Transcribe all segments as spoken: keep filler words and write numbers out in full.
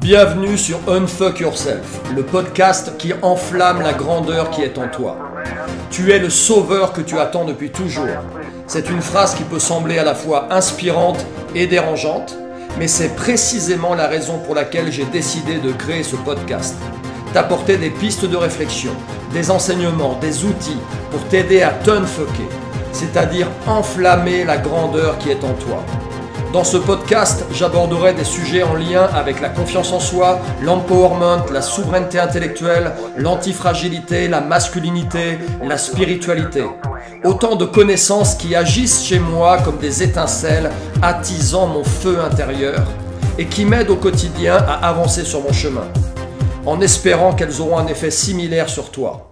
Bienvenue sur Unfuck Yourself, le podcast qui enflamme la grandeur qui est en toi. Tu es le sauveur que tu attends depuis toujours. C'est une phrase qui peut sembler à la fois inspirante et dérangeante, mais c'est précisément la raison pour laquelle j'ai décidé de créer ce podcast. T'apporter des pistes de réflexion, des enseignements, des outils pour t'aider à t'unfucker, c'est-à-dire enflammer la grandeur qui est en toi. Dans ce podcast, j'aborderai des sujets en lien avec la confiance en soi, l'empowerment, la souveraineté intellectuelle, l'antifragilité, la masculinité, la spiritualité. Autant de connaissances qui agissent chez moi comme des étincelles, attisant mon feu intérieur et qui m'aident au quotidien à avancer sur mon chemin, en espérant qu'elles auront un effet similaire sur toi.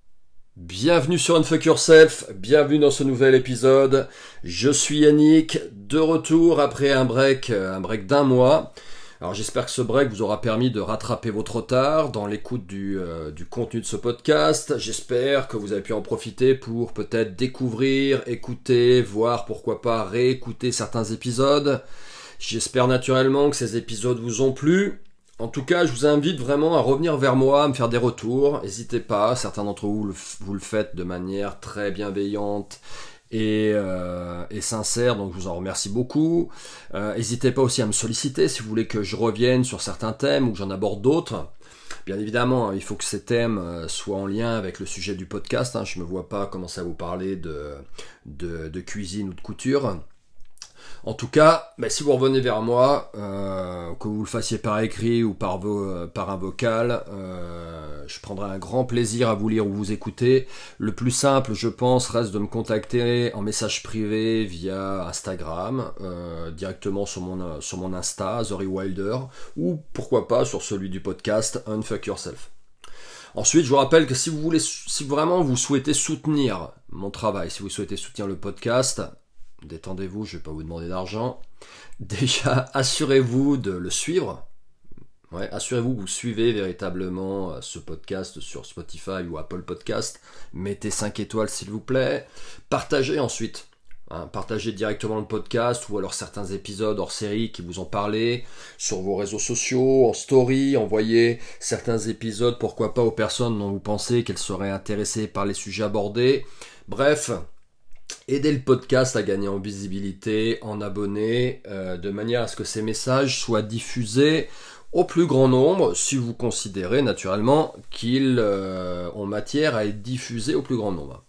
Bienvenue sur Unfuck Yourself, bienvenue dans ce nouvel épisode. Je suis Yannick, de retour après un break, un break d'un mois. Alors j'espère que ce break vous aura permis de rattraper votre retard dans l'écoute du, euh, du contenu de ce podcast. J'espère que vous avez pu en profiter pour peut-être découvrir, écouter, voir pourquoi pas réécouter certains épisodes. J'espère naturellement que ces épisodes vous ont plu. En tout cas, je vous invite vraiment à revenir vers moi, à me faire des retours. N'hésitez pas, certains d'entre vous le, vous le faites de manière très bienveillante et, euh, et sincère, donc je vous en remercie beaucoup. Euh, n'hésitez pas aussi à me solliciter si vous voulez que je revienne sur certains thèmes ou que j'en aborde d'autres. Bien évidemment, il faut que ces thèmes soient en lien avec le sujet du podcast. Hein. Je ne me vois pas commencer à vous parler de, de, de cuisine ou de couture. En tout cas, bah, si vous revenez vers moi, euh, que vous le fassiez par écrit ou par, vo- par un vocal, euh, je prendrai un grand plaisir à vous lire ou vous écouter. Le plus simple, je pense, reste de me contacter en message privé via Instagram, euh, directement sur mon, sur mon Insta, The Rewilder, ou pourquoi pas sur celui du podcast Unfuck Yourself. Ensuite, je vous rappelle que si vous voulez, si vraiment vous souhaitez soutenir mon travail, si vous souhaitez soutenir le podcast, détendez-vous, je ne vais pas vous demander d'argent. Déjà, assurez-vous de le suivre. Ouais, assurez-vous que vous suivez véritablement ce podcast sur Spotify ou Apple Podcast. Mettez cinq étoiles s'il vous plaît. Partagez ensuite. Hein, partagez directement le podcast ou alors certains épisodes hors série qui vous ont parlé sur vos réseaux sociaux, en story. Envoyez certains épisodes, pourquoi pas, aux personnes dont vous pensez qu'elles seraient intéressées par les sujets abordés. Bref, aider le podcast à gagner en visibilité, en abonnés, euh, de manière à ce que ces messages soient diffusés au plus grand nombre, si vous considérez naturellement qu'ils euh, ont matière à être diffusés au plus grand nombre.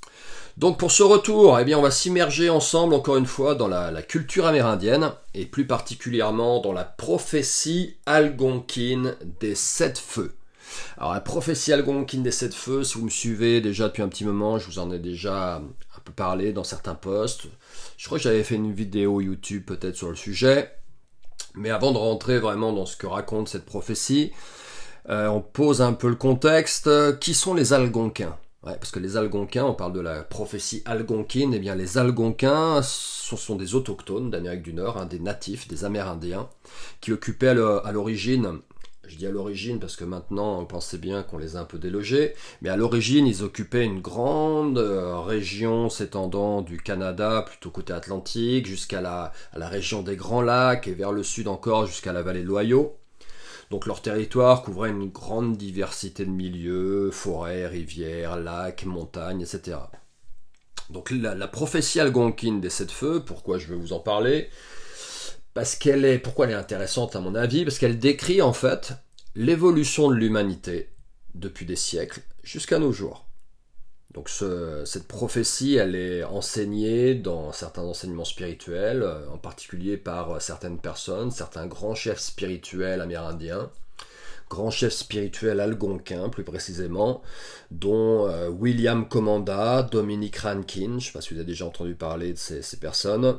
Donc pour ce retour, eh bien on va s'immerger ensemble encore une fois dans la, la culture amérindienne, et plus particulièrement dans la prophétie algonquine des sept feux. Alors la prophétie algonquine des sept feux, si vous me suivez déjà depuis un petit moment, je vous en ai déjà un peu parlé dans certains posts. Je crois que j'avais fait une vidéo YouTube peut-être sur le sujet. Mais avant de rentrer vraiment dans ce que raconte cette prophétie, euh, on pose un peu le contexte. Qui sont les Algonquins ? Ouais, parce que les Algonquins, on parle de la prophétie algonquine, et eh bien les Algonquins sont, sont des autochtones d'Amérique du Nord, hein, des natifs, des Amérindiens, qui occupaient à l'origine... Je dis à l'origine parce que maintenant, on pensait bien qu'on les a un peu délogés, mais à l'origine, ils occupaient une grande euh, région s'étendant du Canada, plutôt côté Atlantique, jusqu'à la, à la région des Grands Lacs, et vers le sud encore jusqu'à la vallée de l'Ohio. Donc leur territoire couvrait une grande diversité de milieux, forêts, rivières, lacs, montagnes, et cetera. Donc la, la prophétie algonquine des sept feux, pourquoi je vais vous en parler ? Parce qu'elle est, pourquoi elle est intéressante à mon avis ? Parce qu'elle décrit en fait l'évolution de l'humanité depuis des siècles jusqu'à nos jours. Donc ce, cette prophétie, elle est enseignée dans certains enseignements spirituels, en particulier par certaines personnes, certains grands chefs spirituels amérindiens, grands chefs spirituels algonquins plus précisément, dont euh, William Commanda, Dominic Rankin, je ne sais pas si vous avez déjà entendu parler de ces, ces personnes.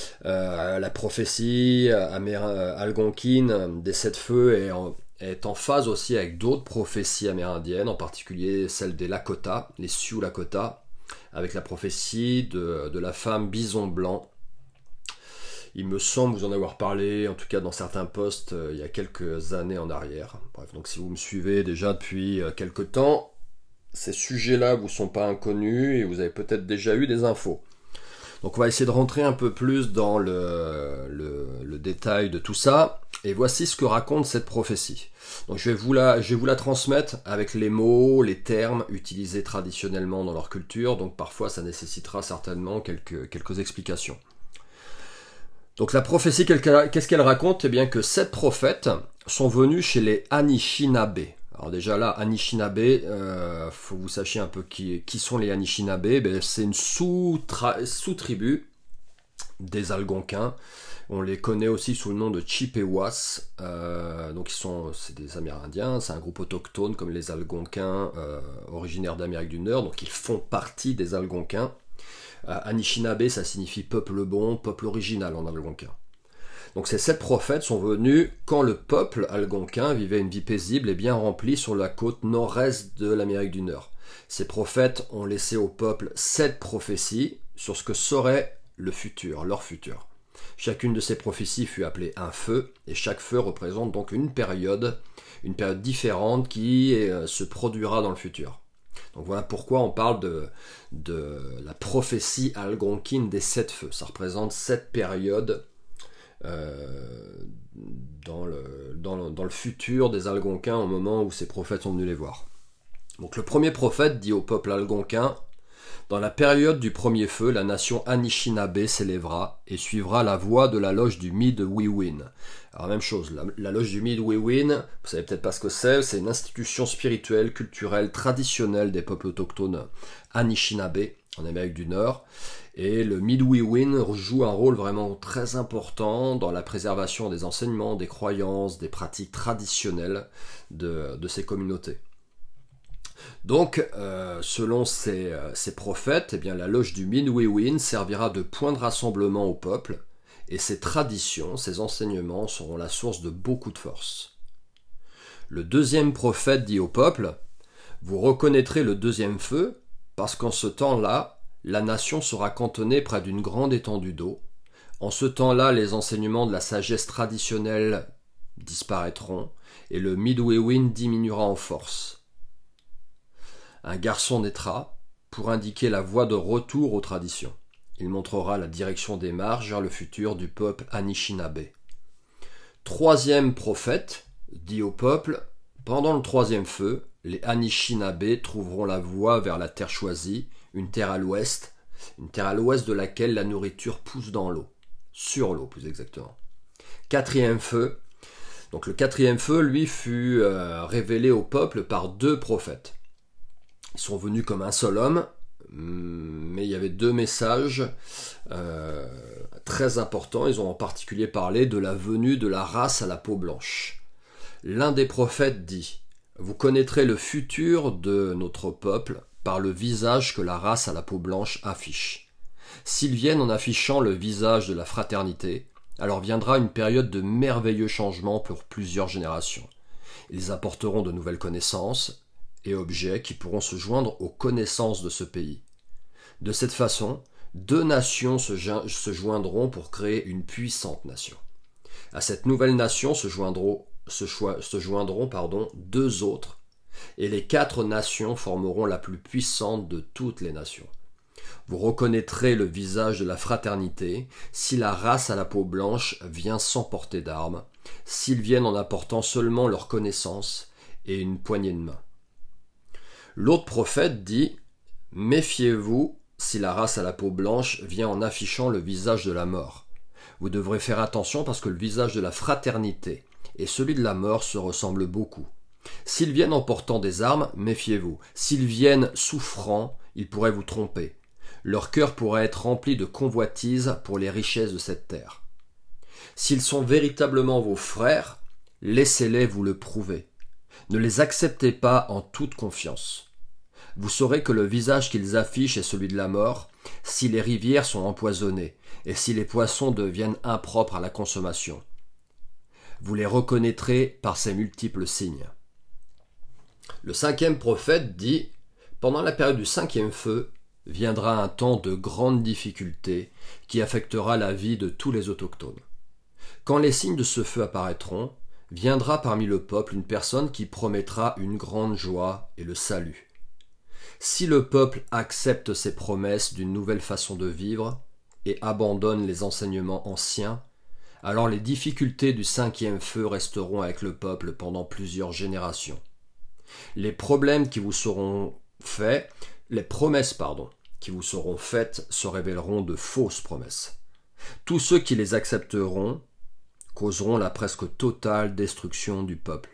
Euh, la prophétie amérin- algonquine des sept feux est en, est en phase aussi avec d'autres prophéties amérindiennes, en particulier celle des Lakota, les Sioux Lakota, avec la prophétie de, de la femme bison blanc. Il me semble vous en avoir parlé, en tout cas dans certains posts, euh, il y a quelques années en arrière. Bref, donc si vous me suivez déjà depuis euh, quelques temps, ces sujets-là vous sont pas inconnus et vous avez peut-être déjà eu des infos. Donc on va essayer de rentrer un peu plus dans le, le, le détail de tout ça. Et voici ce que raconte cette prophétie. Donc je vais, vous la, je vais vous la transmettre avec les mots, les termes utilisés traditionnellement dans leur culture. Donc parfois ça nécessitera certainement quelques, quelques explications. Donc la prophétie, qu'est-ce qu'elle raconte? Eh bien que sept prophètes sont venus chez les Anishinaabe. Alors déjà là, Anishinaabe, euh, faut que vous sachiez un peu qui, qui sont les Anishinaabe. Ben, c'est une sous-tribu des Algonquins. On les connaît aussi sous le nom de Chippewas. Euh, donc ils sont, c'est des Amérindiens, c'est un groupe autochtone comme les Algonquins euh, originaires d'Amérique du Nord. Donc ils font partie des Algonquins. Euh, Anishinaabe, ça signifie peuple bon, peuple original en algonquin. Donc ces sept prophètes sont venus quand le peuple algonquin vivait une vie paisible et bien remplie sur la côte nord-est de l'Amérique du Nord. Ces prophètes ont laissé au peuple sept prophéties sur ce que serait le futur, leur futur. Chacune de ces prophéties fut appelée un feu, et chaque feu représente donc une période, une période différente qui euh, se produira dans le futur. Donc voilà pourquoi on parle de, de la prophétie algonquine des sept feux. Ça représente sept périodes Euh, dans, le, dans, le, dans le futur des Algonquins au moment où ces prophètes sont venus les voir. Donc le premier prophète dit au peuple algonquin: dans la période du premier feu, la nation Anishinaabe s'élèvera et suivra la voie de la loge du Mid-Wewin. Alors même chose, la, la loge du Mid-Wewin, vous savez peut-être pas ce que c'est, c'est une institution spirituelle, culturelle, traditionnelle des peuples autochtones Anishinaabe en Amérique du Nord. Et le Mid-Wewin joue un rôle vraiment très important dans la préservation des enseignements, des croyances, des pratiques traditionnelles de, de ces communautés. Donc, euh, selon ces, euh, ces prophètes, eh bien, la loge du Mid-Wewin servira de point de rassemblement au peuple, et ces traditions, ces enseignements seront la source de beaucoup de force. Le deuxième prophète dit au peuple: vous reconnaîtrez le deuxième feu, parce qu'en ce temps-là, la nation sera cantonnée près d'une grande étendue d'eau. En ce temps-là, les enseignements de la sagesse traditionnelle disparaîtront, et le Mid-Wewin diminuera en force. Un garçon naîtra pour indiquer la voie de retour aux traditions. Il montrera la direction des marches vers le futur du peuple Anishinaabe. Troisième prophète dit au peuple: pendant le troisième feu, les Anishinaabe trouveront la voie vers la terre choisie, une terre à l'ouest, une terre à l'ouest de laquelle la nourriture pousse dans l'eau, sur l'eau plus exactement. Quatrième feu, donc le quatrième feu, lui, fut euh, révélé au peuple par deux prophètes. Ils sont venus comme un seul homme, mais il y avait deux messages euh, très importants. Ils ont en particulier parlé de la venue de la race à la peau blanche. L'un des prophètes dit: vous connaîtrez le futur de notre peuple par le visage que la race à la peau blanche affiche. S'ils viennent en affichant le visage de la fraternité, alors viendra une période de merveilleux changements pour plusieurs générations. Ils apporteront de nouvelles connaissances et objets qui pourront se joindre aux connaissances de ce pays. De cette façon, deux nations se, se joindront pour créer une puissante nation. À cette nouvelle nation se joindront, se, se joindront pardon, deux autres, et les quatre nations formeront la plus puissante de toutes les nations. Vous reconnaîtrez le visage de la fraternité si la race à la peau blanche vient sans porter d'armes, s'ils viennent en apportant seulement leur connaissance et une poignée de main. L'autre prophète dit: méfiez-vous si la race à la peau blanche vient en affichant le visage de la mort. Vous devrez faire attention parce que le visage de la fraternité et celui de la mort se ressemblent beaucoup. S'ils viennent en portant des armes, méfiez-vous. S'ils viennent souffrant, ils pourraient vous tromper. Leur cœur pourrait être rempli de convoitises pour les richesses de cette terre. S'ils sont véritablement vos frères, laissez-les vous le prouver. Ne les acceptez pas en toute confiance. Vous saurez que le visage qu'ils affichent est celui de la mort, si les rivières sont empoisonnées et si les poissons deviennent impropres à la consommation. Vous les reconnaîtrez par ces multiples signes. Le cinquième prophète dit: pendant la période du cinquième feu, viendra un temps de grande difficulté qui affectera la vie de tous les autochtones. Quand les signes de ce feu apparaîtront, viendra parmi le peuple une personne qui promettra une grande joie et le salut. Si le peuple accepte ces promesses d'une nouvelle façon de vivre, et abandonnent les enseignements anciens, alors les difficultés du cinquième feu resteront avec le peuple pendant plusieurs générations. Les problèmes qui vous seront faits, les promesses, pardon, qui vous seront faites se révéleront de fausses promesses. Tous ceux qui les accepteront causeront la presque totale destruction du peuple.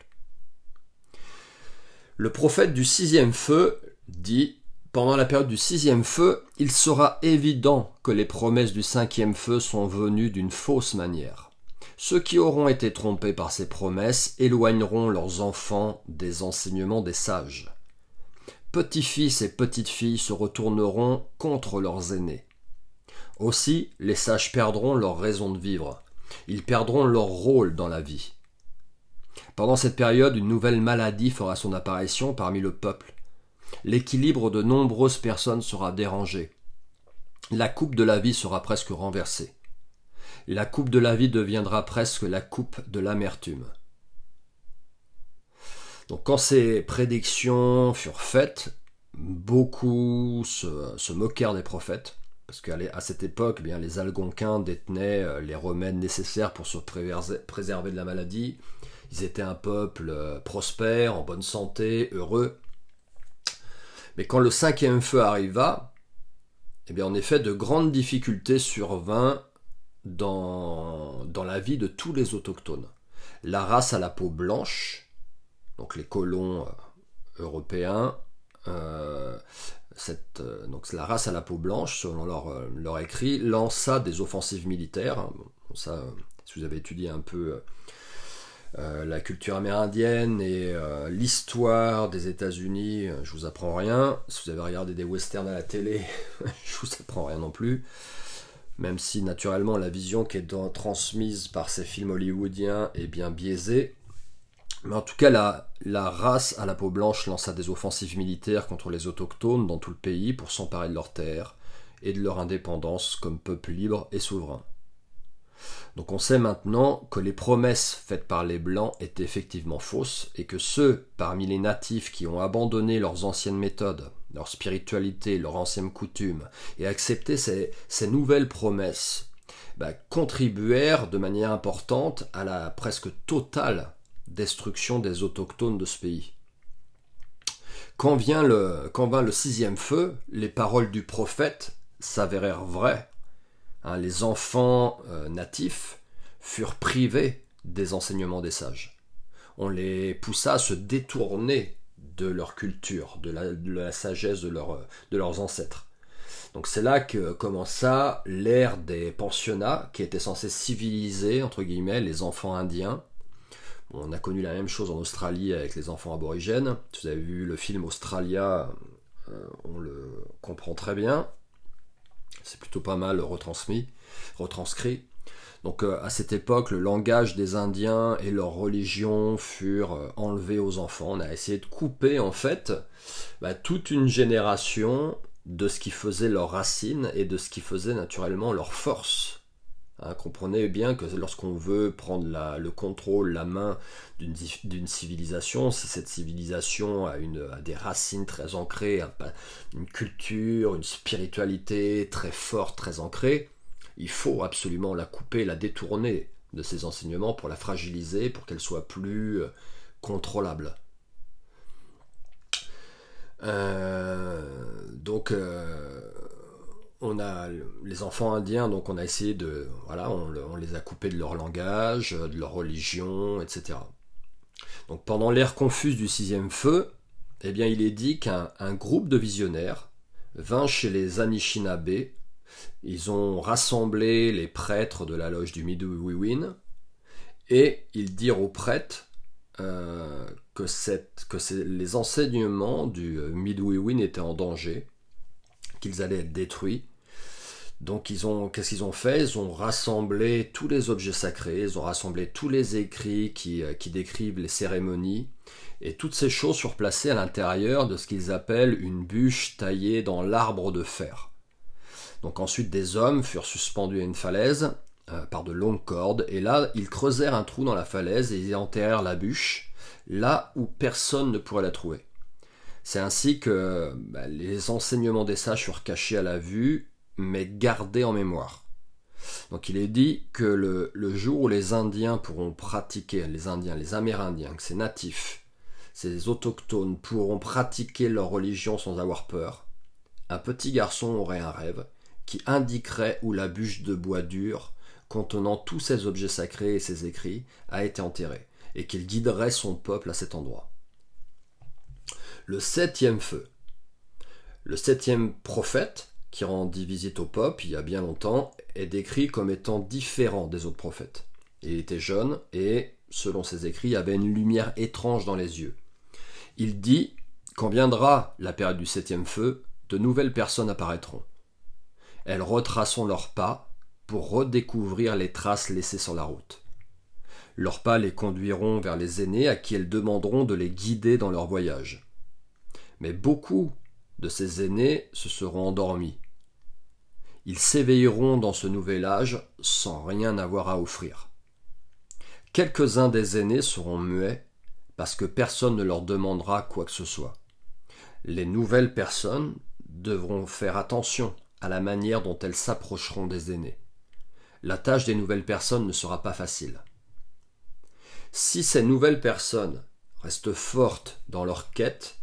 Le prophète du sixième feu dit « Pendant la période du sixième feu, il sera évident que les promesses du cinquième feu sont venues d'une fausse manière. Ceux qui auront été trompés par ces promesses éloigneront leurs enfants des enseignements des sages. Petits-fils et petites-filles se retourneront contre leurs aînés. Aussi, les sages perdront leur raison de vivre. Ils perdront leur rôle dans la vie. Pendant cette période, une nouvelle maladie fera son apparition parmi le peuple. L'équilibre de nombreuses personnes sera dérangé. La coupe de la vie sera presque renversée. La coupe de la vie deviendra presque la coupe de l'amertume. » Donc quand ces prédictions furent faites, beaucoup se, se moquèrent des prophètes, parce qu'à cette époque, eh bien, les Algonquins détenaient les remèdes nécessaires pour se préserver de la maladie. Ils étaient un peuple prospère, en bonne santé, heureux. Mais quand le cinquième feu arriva, eh bien, en effet, de grandes difficultés survinrent dans, dans la vie de tous les autochtones. La race à la peau blanche, donc les colons euh, européens, euh, cette, euh, donc la race à la peau blanche, selon leur, euh, leur écrit, lança des offensives militaires. Bon, ça, euh, si vous avez étudié un peu euh, euh, la culture amérindienne et euh, l'histoire des États-Unis, euh, je vous apprends rien. Si vous avez regardé des westerns à la télé, je vous apprends rien non plus. Même si naturellement la vision qui est dans, transmise par ces films hollywoodiens est bien biaisée. Mais en tout cas, la, la race à la peau blanche lança des offensives militaires contre les autochtones dans tout le pays pour s'emparer de leurs terres et de leur indépendance comme peuple libre et souverain. Donc on sait maintenant que les promesses faites par les Blancs étaient effectivement fausses et que ceux parmi les natifs qui ont abandonné leurs anciennes méthodes, leur spiritualité, leurs anciennes coutumes et accepté ces, ces nouvelles promesses, bah, contribuèrent de manière importante à la presque totale destruction des autochtones de ce pays. Quand vient le, quand vint le sixième feu, les paroles du prophète s'avérèrent vraies. Hein, les enfants euh, natifs furent privés des enseignements des sages. On les poussa à se détourner de leur culture, de la, de la sagesse de, leur, de leurs ancêtres. Donc c'est là que commença l'ère des pensionnats qui étaient censés civiliser, entre guillemets, les enfants indiens. On a connu la même chose en Australie avec les enfants aborigènes. Si vous avez vu le film Australia, euh, on le comprend très bien. C'est plutôt pas mal retransmis, retranscrit. Donc euh, à cette époque, le langage des Indiens et leur religion furent euh, enlevés aux enfants. On a essayé de couper en fait bah, toute une génération de ce qui faisait leurs racines et de ce qui faisait naturellement leur force. Hein, comprenez bien que lorsqu'on veut prendre la, le contrôle, la main d'une, d'une civilisation, si cette civilisation a, une, a des racines très ancrées, une culture, une spiritualité très forte, très ancrée, il faut absolument la couper, la détourner de ses enseignements pour la fragiliser, pour qu'elle soit plus contrôlable. Euh, donc... Euh, On a les enfants indiens, donc on a essayé de, voilà, on, on les a coupés de leur langage, de leur religion, et cetera. Donc pendant l'ère confuse du sixième feu, eh bien il est dit qu'un un groupe de visionnaires vint chez les Anishinaabe. Ils ont rassemblé les prêtres de la loge du Midwewin et ils dirent aux prêtres euh, que, cette, que les enseignements du Midwewin étaient en danger, qu'ils allaient être détruits. Donc ils ont, qu'est-ce qu'ils ont fait? Ils ont rassemblé tous les objets sacrés, ils ont rassemblé tous les écrits qui, qui décrivent les cérémonies, et toutes ces choses furent placées à l'intérieur de ce qu'ils appellent une bûche taillée dans l'arbre de fer. Donc ensuite des hommes furent suspendus à une falaise euh, par de longues cordes, et là ils creusèrent un trou dans la falaise et ils enterrèrent la bûche, là où personne ne pourrait la trouver. C'est ainsi que bah, les enseignements des sages furent cachés à la vue mais gardez en mémoire. Donc il est dit que le, le jour où les Indiens pourront pratiquer, les Indiens, les Amérindiens, que ces natifs, ces autochtones pourront pratiquer leur religion sans avoir peur, un petit garçon aurait un rêve qui indiquerait où la bûche de bois dur, contenant tous ces objets sacrés et ses écrits, a été enterrée, et qu'il guiderait son peuple à cet endroit. Le septième feu. Le septième prophète, qui rendit visite au peuple il y a bien longtemps, est décrit comme étant différent des autres prophètes. Il était jeune et, selon ses écrits, avait une lumière étrange dans les yeux. Il dit, quand viendra la période du septième feu, de nouvelles personnes apparaîtront. Elles retraceront leurs pas pour redécouvrir les traces laissées sur la route. Leurs pas les conduiront vers les aînés à qui elles demanderont de les guider dans leur voyage. Mais beaucoup de ces aînés se seront endormis. Ils s'éveilleront dans ce nouvel âge sans rien avoir à offrir. Quelques-uns des aînés seront muets parce que personne ne leur demandera quoi que ce soit. Les nouvelles personnes devront faire attention à la manière dont elles s'approcheront des aînés. La tâche des nouvelles personnes ne sera pas facile. Si ces nouvelles personnes restent fortes dans leur quête,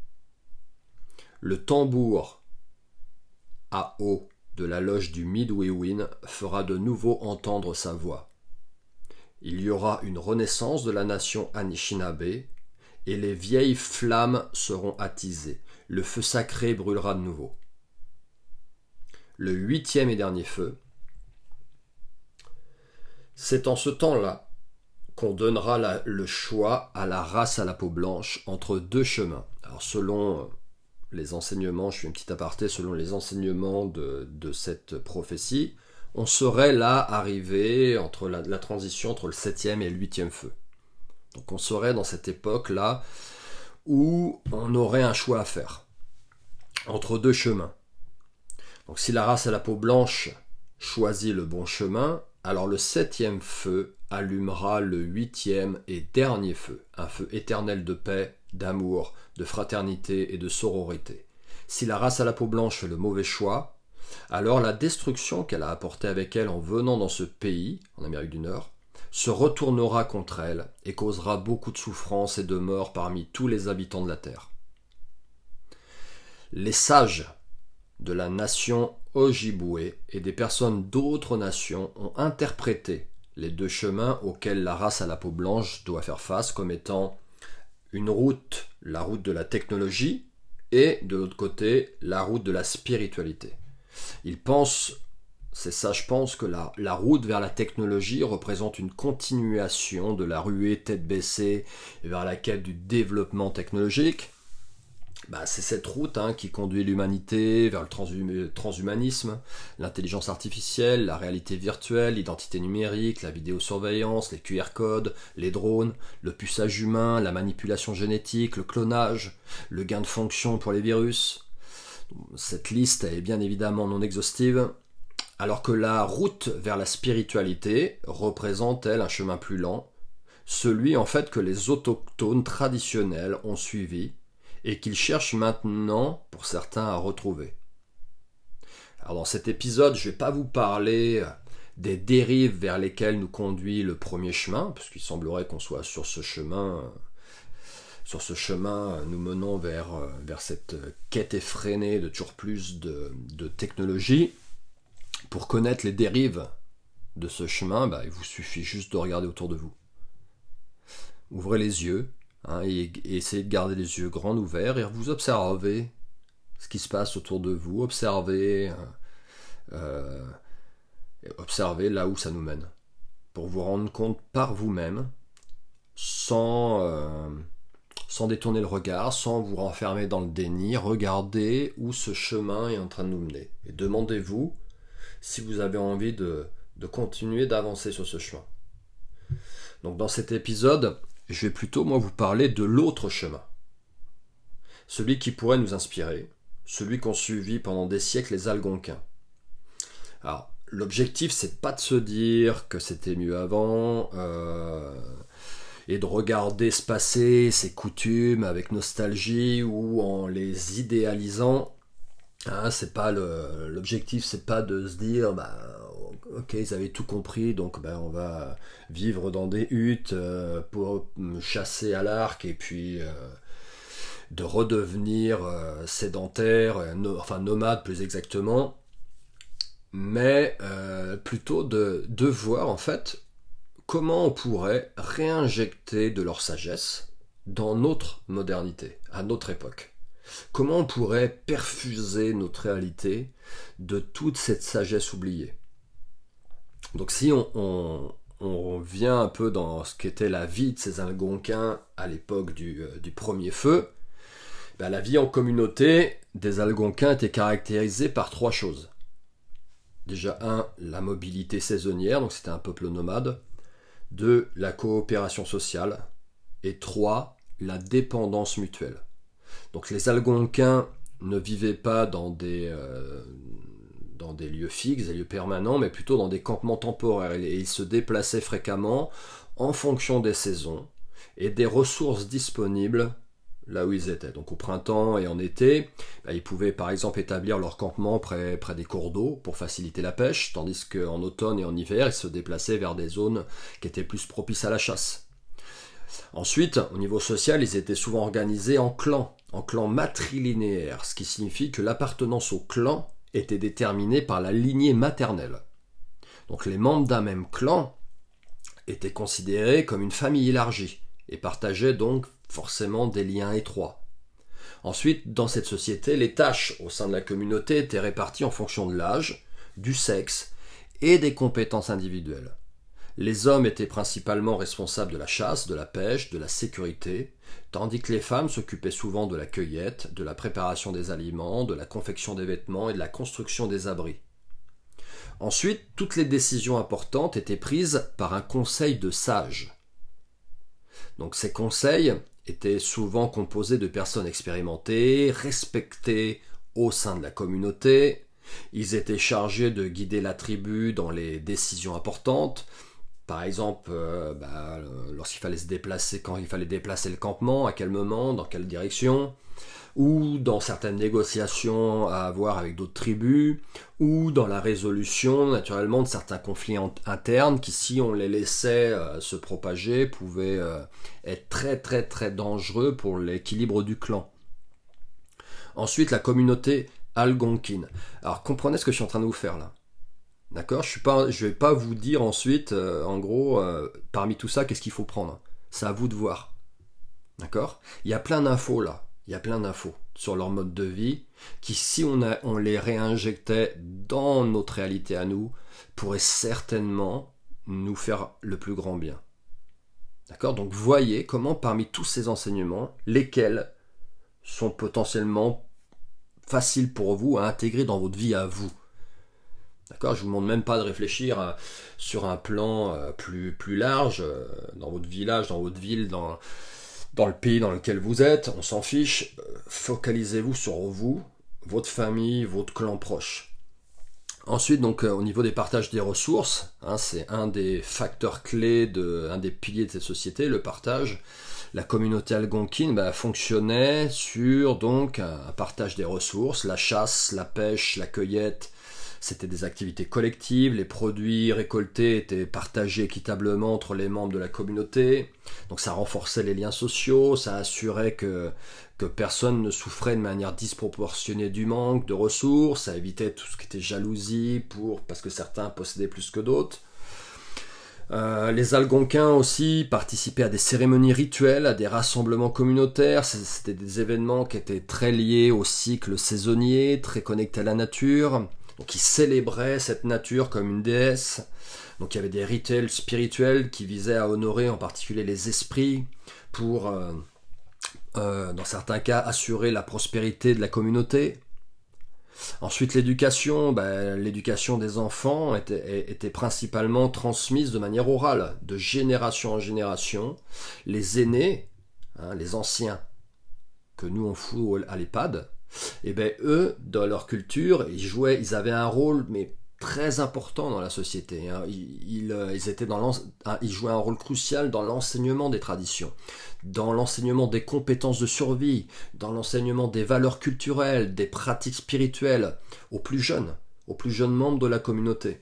le tambour à eau de la loge du Midwewin fera de nouveau entendre sa voix. Il y aura une renaissance de la nation Anishinaabe et les vieilles flammes seront attisées. Le feu sacré brûlera de nouveau. Le huitième et dernier feu, c'est en ce temps-là qu'on donnera la, le choix à la race à la peau blanche entre deux chemins. Alors selon les enseignements, je fais une petite aparté, selon les enseignements de, de cette prophétie, on serait là arrivé entre la, la transition entre le septième et le huitième feu. Donc on serait dans cette époque-là où on aurait un choix à faire entre deux chemins. Donc si la race à la peau blanche choisit le bon chemin, alors le septième feu allumera le huitième et dernier feu, un feu éternel de paix, d'amour, de fraternité et de sororité. Si la race à la peau blanche fait le mauvais choix, alors la destruction qu'elle a apportée avec elle en venant dans ce pays, en Amérique du Nord, se retournera contre elle et causera beaucoup de souffrance et de mort parmi tous les habitants de la terre. Les sages de la nation Ojibwe et des personnes d'autres nations ont interprété les deux chemins auxquels la race à la peau blanche doit faire face comme étant une route, la route de la technologie, et de l'autre côté, la route de la spiritualité. Ils pensent, ces sages pensent que la, la route vers la technologie représente une continuation de la ruée tête baissée vers la quête du développement technologique. Bah, c'est cette route hein, qui conduit l'humanité vers le transhum- transhumanisme, l'intelligence artificielle, la réalité virtuelle, l'identité numérique, la vidéosurveillance, les Q R codes, les drones, le puçage humain, la manipulation génétique, le clonage, le gain de fonction pour les virus. Cette liste est bien évidemment non exhaustive, alors que la route vers la spiritualité représente, elle, un chemin plus lent, celui en fait que les autochtones traditionnels ont suivi, et qu'ils cherchent maintenant, pour certains, à retrouver. Alors dans cet épisode, je ne vais pas vous parler des dérives vers lesquelles nous conduit le premier chemin, puisqu'il semblerait qu'on soit sur ce chemin, sur ce chemin, nous menons vers, vers cette quête effrénée de toujours plus de, de technologie. Pour connaître les dérives de ce chemin, bah, il vous suffit juste de regarder autour de vous. Ouvrez les yeux, Hein, et, et essayez de garder les yeux grands ouverts et vous observez ce qui se passe autour de vous, observez, euh, observez là où ça nous mène, pour vous rendre compte par vous-même, sans, euh, sans détourner le regard, sans vous renfermer dans le déni, regardez où ce chemin est en train de nous mener. Et demandez-vous si vous avez envie de, de continuer d'avancer sur ce chemin. Donc dans cet épisode, je vais plutôt, moi, vous parler de l'autre chemin. Celui qui pourrait nous inspirer, celui qu'ont suivi pendant des siècles les Algonquins. Alors, l'objectif, c'est pas de se dire que c'était mieux avant, euh, et de regarder se passer ces coutumes avec nostalgie ou en les idéalisant. Hein, c'est pas le, l'objectif, c'est pas de se dire, bah, ok, ils avaient tout compris, donc ben, on va vivre dans des huttes euh, pour chasser à l'arc et puis euh, de redevenir euh, sédentaire, euh, no, enfin nomade plus exactement, mais euh, plutôt de, de voir en fait comment on pourrait réinjecter de leur sagesse dans notre modernité, à notre époque. Comment on pourrait perfuser notre réalité de toute cette sagesse oubliée. Donc si on, on, on vient un peu dans ce qu'était la vie de ces Algonquins à l'époque du, euh, du premier feu, ben la vie en communauté des Algonquins était caractérisée par trois choses. Déjà, un, la mobilité saisonnière, donc c'était un peuple nomade. Deux, la coopération sociale. Et trois, la dépendance mutuelle. Donc les Algonquins ne vivaient pas dans des, euh, dans des lieux fixes, des lieux permanents, mais plutôt dans des campements temporaires. Et ils se déplaçaient fréquemment en fonction des saisons et des ressources disponibles là où ils étaient. Donc au printemps et en été, bah, ils pouvaient par exemple établir leur campement près, près des cours d'eau pour faciliter la pêche, tandis qu'en automne et en hiver, ils se déplaçaient vers des zones qui étaient plus propices à la chasse. Ensuite, au niveau social, ils étaient souvent organisés en clans, en clans matrilinéaires, ce qui signifie que l'appartenance au clan était déterminée par la lignée maternelle. Donc les membres d'un même clan étaient considérés comme une famille élargie et partageaient donc forcément des liens étroits. Ensuite, dans cette société, les tâches au sein de la communauté étaient réparties en fonction de l'âge, du sexe et des compétences individuelles. Les hommes étaient principalement responsables de la chasse, de la pêche, de la sécurité, tandis que les femmes s'occupaient souvent de la cueillette, de la préparation des aliments, de la confection des vêtements et de la construction des abris. Ensuite, toutes les décisions importantes étaient prises par un conseil de sages. Donc ces conseils étaient souvent composés de personnes expérimentées, respectées au sein de la communauté. Ils étaient chargés de guider la tribu dans les décisions importantes. Par exemple, euh, bah, lorsqu'il fallait se déplacer, quand il fallait déplacer le campement, à quel moment, dans quelle direction, ou dans certaines négociations à avoir avec d'autres tribus, ou dans la résolution naturellement de certains conflits internes qui, si on les laissait euh, se propager, pouvaient euh, être très très très dangereux pour l'équilibre du clan. Ensuite, la communauté algonquine. Alors comprenez ce que je suis en train de vous faire là. D'accord, je ne vais pas vous dire ensuite, euh, en gros, euh, parmi tout ça, qu'est-ce qu'il faut prendre. C'est à vous de voir. D'accord ? Il y a plein d'infos là. Il y a plein d'infos sur leur mode de vie qui, si on, a, on les réinjectait dans notre réalité à nous, pourraient certainement nous faire le plus grand bien. D'accord ? Donc voyez comment parmi tous ces enseignements, lesquels sont potentiellement faciles pour vous à intégrer dans votre vie à vous. D'accord, je ne vous demande même pas de réfléchir à, sur un plan euh, plus, plus large, euh, dans votre village, dans votre ville, dans, dans le pays dans lequel vous êtes, on s'en fiche. Focalisez-vous sur vous, votre famille, votre clan proche. Ensuite, donc, euh, au niveau des partages des ressources, hein, c'est un des facteurs clés, de, un des piliers de cette société, le partage. La communauté algonquine bah, fonctionnait sur donc, un, un partage des ressources, la chasse, la pêche, la cueillette. C'était des activités collectives, les produits récoltés étaient partagés équitablement entre les membres de la communauté, donc ça renforçait les liens sociaux, ça assurait que, que personne ne souffrait de manière disproportionnée du manque de ressources, ça évitait tout ce qui était jalousie pour, parce que certains possédaient plus que d'autres. Euh, les Algonquins aussi participaient à des cérémonies rituelles, à des rassemblements communautaires. C'était des événements qui étaient très liés au cycle saisonnier, très connectés à la nature. Donc ils célébraient cette nature comme une déesse. Donc il y avait des rituels spirituels qui visaient à honorer en particulier les esprits pour, euh, euh, dans certains cas, assurer la prospérité de la communauté. Ensuite l'éducation, ben, l'éducation des enfants était, était principalement transmise de manière orale, de génération en génération. Les aînés, hein, les anciens que nous on fout à l'EHPAD, et ben eux, dans leur culture, ils jouaient, ils avaient un rôle mais très important dans la société. Hein. Ils, ils, ils, étaient dans ils jouaient un rôle crucial dans l'enseignement des traditions, dans l'enseignement des compétences de survie, dans l'enseignement des valeurs culturelles, des pratiques spirituelles aux plus jeunes, aux plus jeunes membres de la communauté.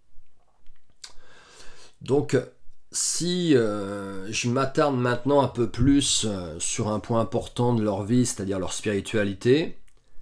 Donc, si euh, je m'attarde maintenant un peu plus euh, sur un point important de leur vie, c'est-à-dire leur spiritualité,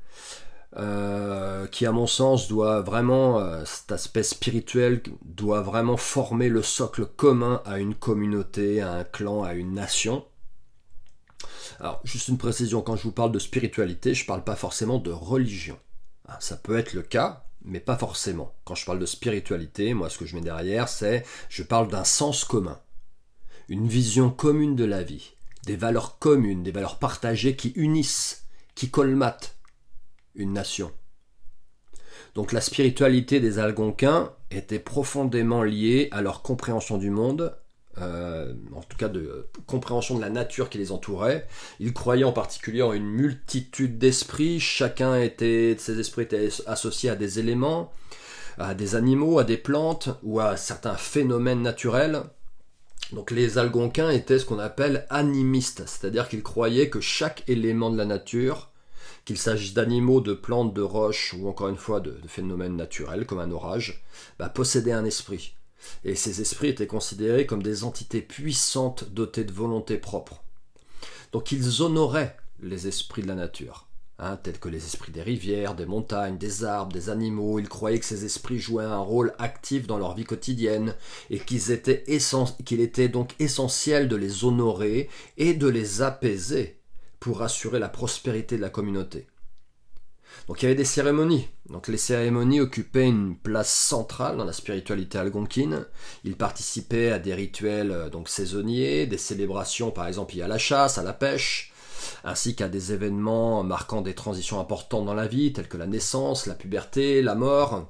Euh, qui à mon sens doit vraiment, euh, cet aspect spirituel doit vraiment former le socle commun à une communauté, à un clan, à une nation. Alors juste une précision, quand je vous parle de spiritualité, je ne parle pas forcément de religion. Ça peut être le cas, mais pas forcément. Quand je parle de spiritualité, moi ce que je mets derrière, c'est je parle d'un sens commun, une vision commune de la vie, des valeurs communes, des valeurs partagées qui unissent, qui colmatent une nation. Donc la spiritualité des Algonquins était profondément liée à leur compréhension du monde, euh, en tout cas de euh, compréhension de la nature qui les entourait. Ils croyaient en particulier en une multitude d'esprits, chacun était, de ces esprits étaient associés à des éléments, à des animaux, à des plantes ou à certains phénomènes naturels. Donc les Algonquins étaient ce qu'on appelle animistes, c'est-à-dire qu'ils croyaient que chaque élément de la nature, qu'il s'agisse d'animaux, de plantes, de roches ou encore une fois de, de phénomènes naturels comme un orage, bah, possédaient un esprit. Et ces esprits étaient considérés comme des entités puissantes dotées de volonté propre. Donc ils honoraient les esprits de la nature, hein, tels que les esprits des rivières, des montagnes, des arbres, des animaux. Ils croyaient que ces esprits jouaient un rôle actif dans leur vie quotidienne et qu'ils étaient essen- qu'il était donc essentiel de les honorer et de les apaiser pour assurer la prospérité de la communauté. Donc il y avait des cérémonies. Donc les cérémonies occupaient une place centrale dans la spiritualité algonquine. Ils participaient à des rituels donc saisonniers, des célébrations par exemple liées à la chasse, à la pêche, ainsi qu'à des événements marquant des transitions importantes dans la vie, telles que la naissance, la puberté, la mort.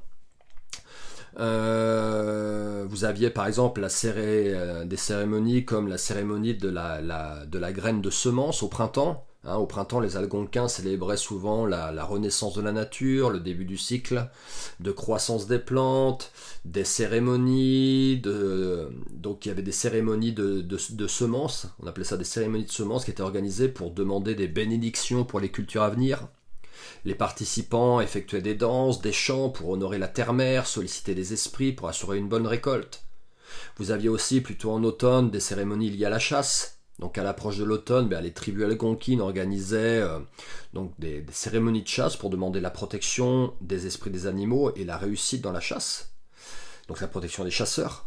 Euh, vous aviez par exemple la céré, euh, des cérémonies comme la cérémonie de la, la, de la graine de semence au printemps. Hein, au printemps, les Algonquins célébraient souvent la, la renaissance de la nature, le début du cycle de croissance des plantes, des cérémonies, de, donc il y avait des cérémonies de, de, de semences, on appelait ça des cérémonies de semences qui étaient organisées pour demander des bénédictions pour les cultures à venir. Les participants effectuaient des danses, des chants pour honorer la terre-mère, solliciter des esprits pour assurer une bonne récolte. Vous aviez aussi, plutôt en automne, des cérémonies liées à la chasse. Donc à l'approche de l'automne, ben, les tribus algonquines organisaient euh, donc des, des cérémonies de chasse pour demander la protection des esprits des animaux et la réussite dans la chasse. Donc la protection des chasseurs.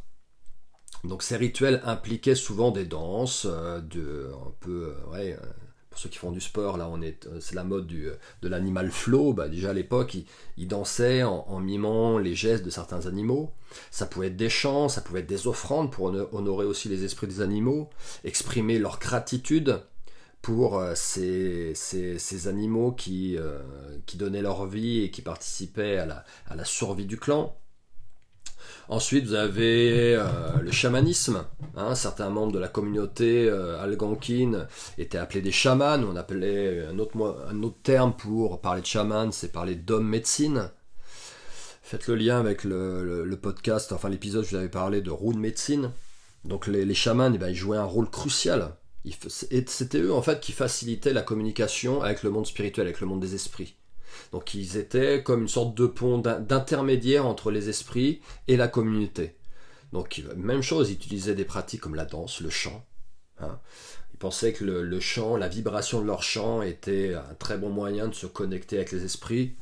Donc ces rituels impliquaient souvent des danses, euh, de, un peu, euh, ouais, euh, pour ceux qui font du sport, là on est, c'est la mode du, de l'animal flow. Bah, déjà à l'époque, ils, ils dansaient en, en mimant les gestes de certains animaux. Ça pouvait être des chants, ça pouvait être des offrandes pour honorer aussi les esprits des animaux, exprimer leur gratitude pour euh, ces, ces, ces animaux qui, euh, qui donnaient leur vie et qui participaient à la, à la survie du clan. Ensuite, vous avez euh, le chamanisme. Hein, certains membres de la communauté euh, algonquine étaient appelés des chamans. On appelait un autre, un autre terme pour parler de chaman, c'est parler d'homme médecine. Faites le lien avec le, le, le podcast, enfin l'épisode où je vous avais parlé de rune médecine. Donc les, les chamans, eh ben, ils jouaient un rôle crucial. Ils, et c'était eux en fait qui facilitaient la communication avec le monde spirituel, avec le monde des esprits. Donc ils étaient comme une sorte de pont d'intermédiaire entre les esprits et la communauté. Donc même chose, ils utilisaient des pratiques comme la danse, le chant. Hein. Ils pensaient que le, le chant, la vibration de leur chant était un très bon moyen de se connecter avec les esprits.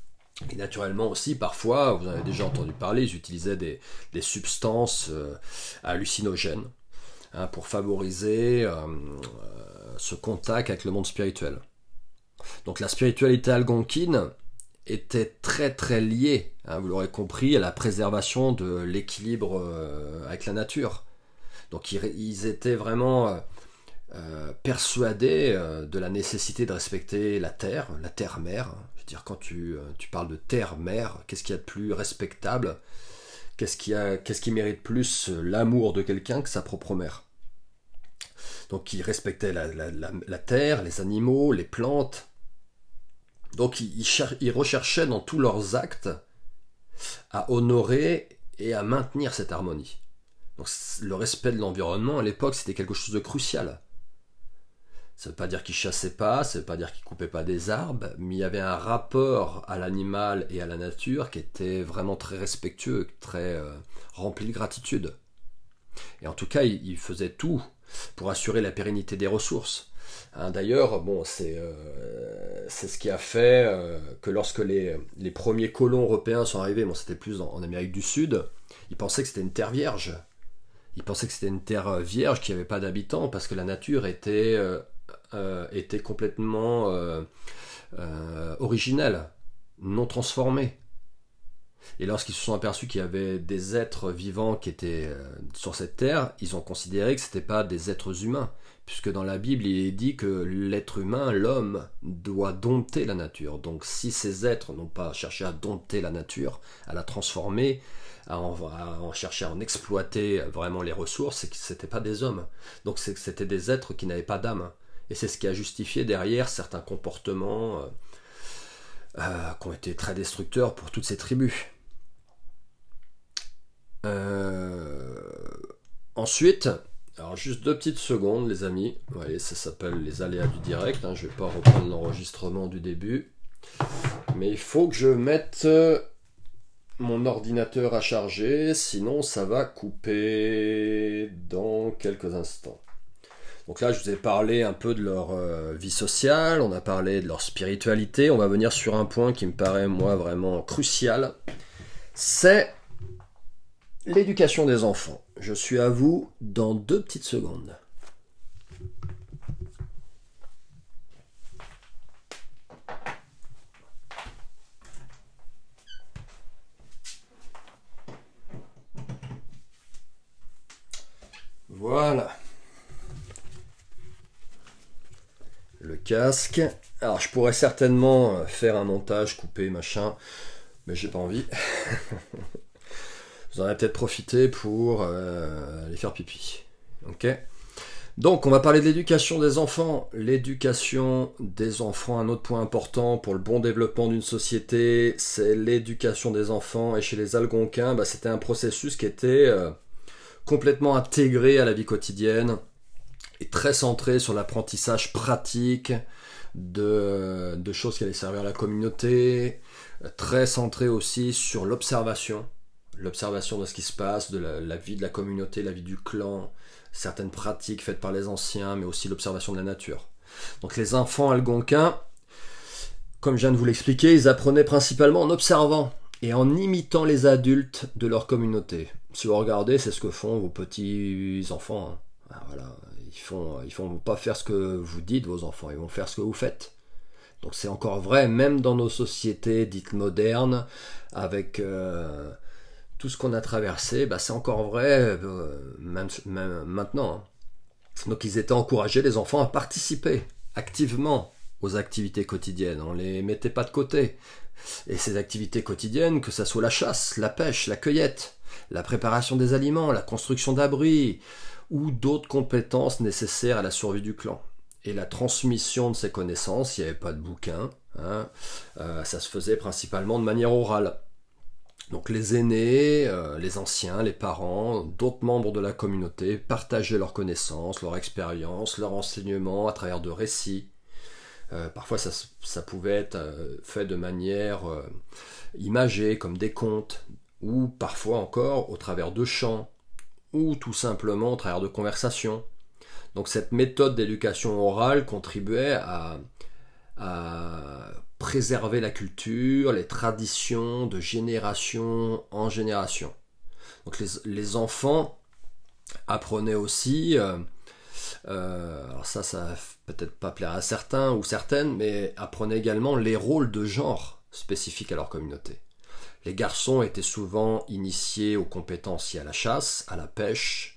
Et naturellement aussi, parfois, vous en avez déjà entendu parler, ils utilisaient des, des substances euh, hallucinogènes hein, pour favoriser euh, euh, ce contact avec le monde spirituel. Donc la spiritualité algonquine était très très liée, hein, vous l'aurez compris, à la préservation de l'équilibre euh, avec la nature. Donc ils, ils étaient vraiment euh, euh, persuadés euh, de la nécessité de respecter la terre, la terre-mère. Je veux dire, quand tu, euh, tu parles de terre-mère, qu'est-ce qu'il y a de plus respectable ? Qu'est-ce qui, a, qu'est-ce qui mérite plus l'amour de quelqu'un que sa propre mère ? Donc ils respectaient la, la, la, la terre, les animaux, les plantes. Donc ils, ils, cher- ils recherchaient dans tous leurs actes à honorer et à maintenir cette harmonie. Donc le respect de l'environnement à l'époque, c'était quelque chose de crucial. Ça ne veut pas dire qu'ils chassaient pas, ça ne veut pas dire qu'ils coupaient pas des arbres, mais il y avait un rapport à l'animal et à la nature qui était vraiment très respectueux, très euh, rempli de gratitude. Et en tout cas, ils il faisaient tout pour assurer la pérennité des ressources. Hein, d'ailleurs, bon, c'est euh, c'est ce qui a fait euh, que lorsque les, les premiers colons européens sont arrivés, bon, c'était plus en, en Amérique du Sud, ils pensaient que c'était une terre vierge. Ils pensaient que c'était une terre vierge qui n'avait pas d'habitants parce que la nature était, euh, euh, était complètement euh, euh, originelle, non transformée. Et lorsqu'ils se sont aperçus qu'il y avait des êtres vivants qui étaient euh, sur cette terre, ils ont considéré que ce n'étaient pas des êtres humains, puisque dans la Bible, il est dit que l'être humain, l'homme, doit dompter la nature. Donc si ces êtres n'ont pas cherché à dompter la nature, à la transformer, à en, à en chercher à en exploiter vraiment les ressources, c'est que ce n'étaient pas des hommes. Donc c'est que c'était des êtres qui n'avaient pas d'âme. Et c'est ce qui a justifié derrière certains comportements euh, euh, qui ont été très destructeurs pour toutes ces tribus. Euh... Ensuite, alors juste deux petites secondes les amis, ouais, ça s'appelle les aléas du direct, hein. Je vais pas reprendre l'enregistrement du début, mais il faut que je mette mon ordinateur à charger, sinon ça va couper dans quelques instants. Donc là je vous ai parlé un peu de leur euh, vie sociale, on a parlé de leur spiritualité, on va venir sur un point qui me paraît moi vraiment crucial, c'est l'éducation des enfants. Je suis à vous dans deux petites secondes. Voilà. Le casque. Alors je pourrais certainement faire un montage, couper, machin, mais j'ai pas envie. Vous en avez peut-être profité pour euh, aller faire pipi. Ok ? Donc, on va parler de l'éducation des enfants. L'éducation des enfants, un autre point important pour le bon développement d'une société, c'est l'éducation des enfants. Et chez les Algonquins, bah, c'était un processus qui était euh, complètement intégré à la vie quotidienne et très centré sur l'apprentissage pratique de, de choses qui allaient servir à la communauté, très centré aussi sur l'observation. L'observation de ce qui se passe, de la, la vie de la communauté, la vie du clan, certaines pratiques faites par les anciens, mais aussi l'observation de la nature. Donc les enfants algonquins, comme je viens de vous l'expliquer, ils apprenaient principalement en observant et en imitant les adultes de leur communauté. Si vous regardez, c'est ce que font vos petits enfants. Hein. Voilà. Ils font, ils font pas faire ce que vous dites, vos enfants, ils vont faire ce que vous faites. Donc c'est encore vrai, même dans nos sociétés dites modernes, avec... Euh, tout ce qu'on a traversé, bah c'est encore vrai euh, même, même maintenant. Donc ils étaient encouragés, les enfants, à participer activement aux activités quotidiennes. On ne les mettait pas de côté. Et ces activités quotidiennes, que ce soit la chasse, la pêche, la cueillette, la préparation des aliments, la construction d'abris, ou d'autres compétences nécessaires à la survie du clan. Et la transmission de ces connaissances, il n'y avait pas de bouquin, hein, euh, ça se faisait principalement de manière orale. Donc les aînés, euh, les anciens, les parents, d'autres membres de la communauté partageaient leurs connaissances, leur expérience, leurs enseignements à travers de récits. Euh, parfois ça, ça pouvait être euh, fait de manière euh, imagée, comme des contes, ou parfois encore au travers de chants, ou tout simplement au travers de conversations. Donc cette méthode d'éducation orale contribuait à... à préserver la culture, les traditions de génération en génération. Donc les, les enfants apprenaient aussi, euh, euh, alors ça, ça va peut-être pas plaire à certains ou certaines, mais apprenaient également les rôles de genre spécifiques à leur communauté. Les garçons étaient souvent initiés aux compétences liées à la chasse, à la pêche,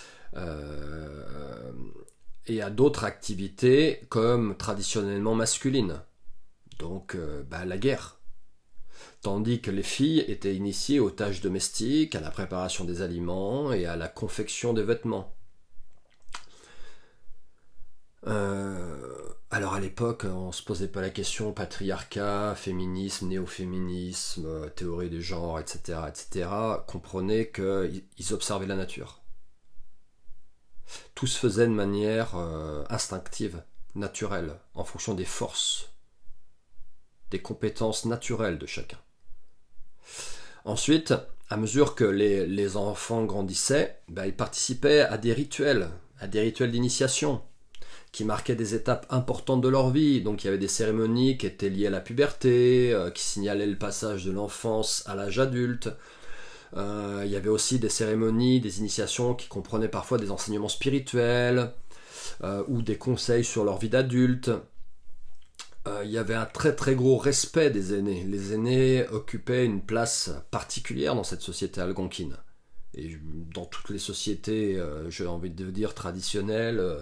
euh, et à d'autres activités comme traditionnellement masculines. Donc euh, bah, la guerre. Tandis que les filles étaient initiées aux tâches domestiques, à la préparation des aliments et à la confection des vêtements. Euh, alors à l'époque, on se posait pas la question patriarcat, féminisme, néo-féminisme, euh, théorie du genre, et cetera, et cetera. Comprenez qu'ils observaient la nature. Tout se faisait de manière euh, instinctive, naturelle, en fonction des forces, des compétences naturelles de chacun. Ensuite, à mesure que les, les enfants grandissaient, ben, ils participaient à des rituels, à des rituels d'initiation, qui marquaient des étapes importantes de leur vie. Donc il y avait des cérémonies qui étaient liées à la puberté, euh, qui signalaient le passage de l'enfance à l'âge adulte. Euh, il y avait aussi des cérémonies, des initiations qui comprenaient parfois des enseignements spirituels euh, ou des conseils sur leur vie d'adulte. Euh, il y avait un très très gros respect des aînés. Les aînés occupaient une place particulière dans cette société algonquine. Et dans toutes les sociétés, euh, j'ai envie de dire traditionnelles, euh,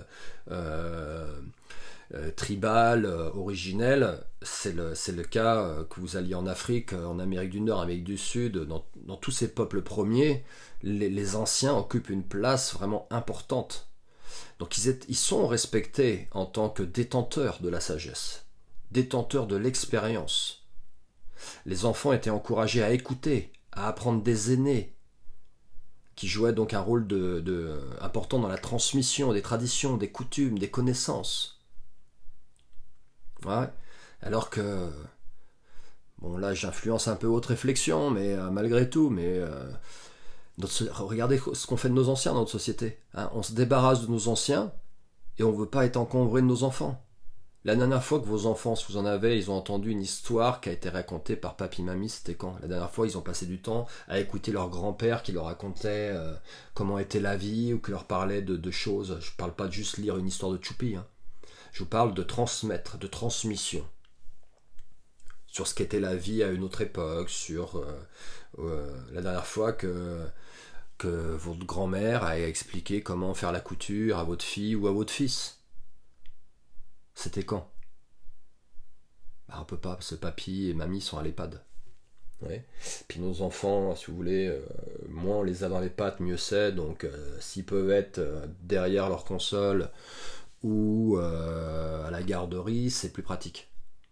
euh, tribales, euh, originelles, c'est le, c'est le cas euh, que vous alliez en Afrique, en Amérique du Nord, en Amérique du Sud, dans, dans tous ces peuples premiers, les, les anciens occupent une place vraiment importante. Donc ils, est, ils sont respectés en tant que détenteurs de la sagesse, détenteurs de l'expérience. Les enfants étaient encouragés à écouter, à apprendre des aînés, qui jouait donc un rôle de, de, important dans la transmission des traditions, des coutumes, des connaissances. Ouais. Alors que, bon là j'influence un peu votre réflexion, mais euh, malgré tout, mais euh, notre, regardez ce qu'on fait de nos anciens dans notre société. Hein. On se débarrasse de nos anciens et on ne veut pas être encombré de nos enfants. La dernière fois que vos enfants, si vous en avez, ils ont entendu une histoire qui a été racontée par papy mamie, c'était quand? La dernière fois, ils ont passé du temps à écouter leur grand-père qui leur racontait euh, comment était la vie ou qui leur parlait de, de choses. Je ne parle pas de juste lire une histoire de Choupi. Hein. Je vous parle de transmettre, de transmission. Sur ce qu'était la vie à une autre époque, sur euh, euh, la dernière fois que, que votre grand-mère a expliqué comment faire la couture à votre fille ou à votre fils. C'était quand? Bah, on peut pas, parce que papy et mamie sont à l'EHPAD. Ouais. Puis nos enfants, si vous voulez, euh, moins on les a dans les pattes, mieux c'est. Donc euh, s'ils peuvent être euh, derrière leur console ou euh, à la garderie, c'est plus pratique.